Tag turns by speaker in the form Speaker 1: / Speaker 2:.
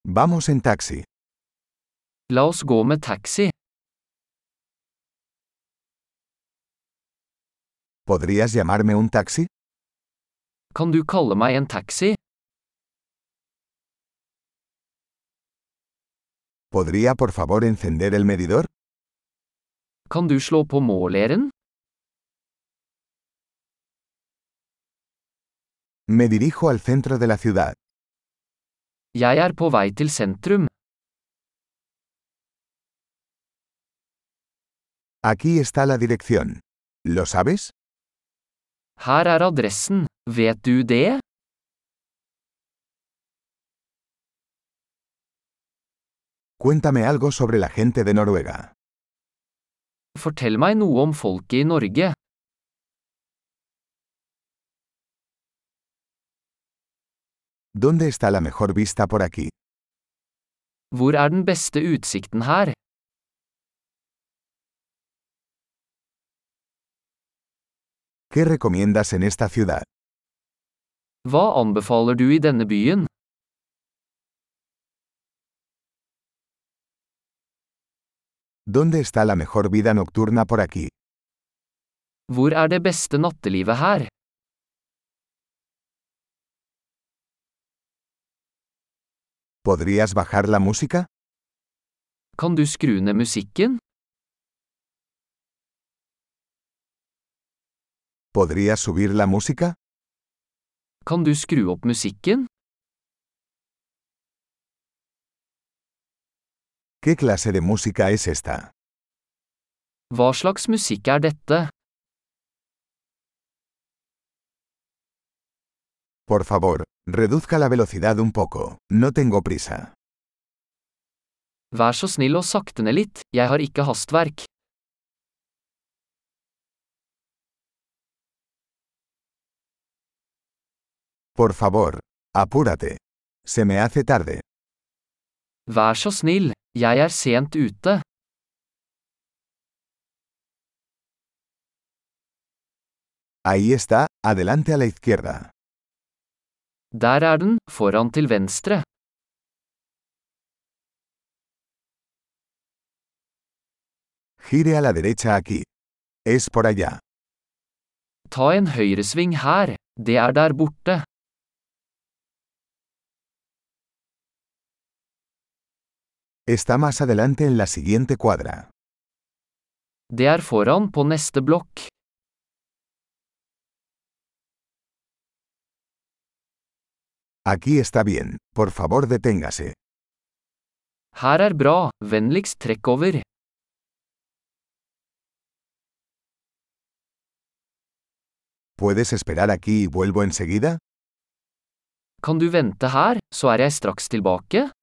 Speaker 1: Vamos en taxi.
Speaker 2: La oss gå med taxi.
Speaker 1: ¿Podrías llamarme un taxi?
Speaker 2: Kan du kalle meg en taxi?
Speaker 1: ¿Podría por favor encender el medidor?
Speaker 2: Kan du slå på måleren?
Speaker 1: Me dirijo al centro de la ciudad.
Speaker 2: Jeg er på vei til sentrum.
Speaker 1: Aquí está la dirección. ¿Lo sabes?
Speaker 2: Her er adressen. Vet du det?
Speaker 1: Cuéntame algo sobre la gente de Noruega.
Speaker 2: Fortell meg noe om folket i Norge.
Speaker 1: ¿Dónde está la mejor vista por aquí?
Speaker 2: Hvor er den beste utsikten her?
Speaker 1: ¿Qué recomiendas en esta ciudad?
Speaker 2: Hva anbefaler du i denne byen?
Speaker 1: ¿Dónde está la mejor vida nocturna por aquí?
Speaker 2: Hvor er det beste nattelivet her?
Speaker 1: ¿Podrías bajar la música?
Speaker 2: Kan du skru ned musikken?
Speaker 1: ¿Podrías subir la música?
Speaker 2: Kan du skru opp musikken?
Speaker 1: ¿Qué clase de música es esta?
Speaker 2: Hva slags musikk er dette?
Speaker 1: Por favor, reduzca la velocidad un poco. No tengo prisa.
Speaker 2: Vær så snill og sakte ned litt, jeg har ikke hastverk.
Speaker 1: Por favor, apúrate. Se me hace tarde.
Speaker 2: Vær så snill, jeg er sent ute.
Speaker 1: Ahí está, adelante a la izquierda.
Speaker 2: Der er den, foran til venstre.
Speaker 1: Gire a la derecha aquí. Es por allá.
Speaker 2: Ta en høyresving her, det er der borte.
Speaker 1: Está más adelante en la siguiente cuadra.
Speaker 2: Det er foran på neste blokk.
Speaker 1: Aquí está bien. Por favor, deténgase.
Speaker 2: Her er bra, vennligst trekk over.
Speaker 1: ¿Puedes esperar aquí y vuelvo enseguida?
Speaker 2: Kan du vente her, så er jeg straks tilbake?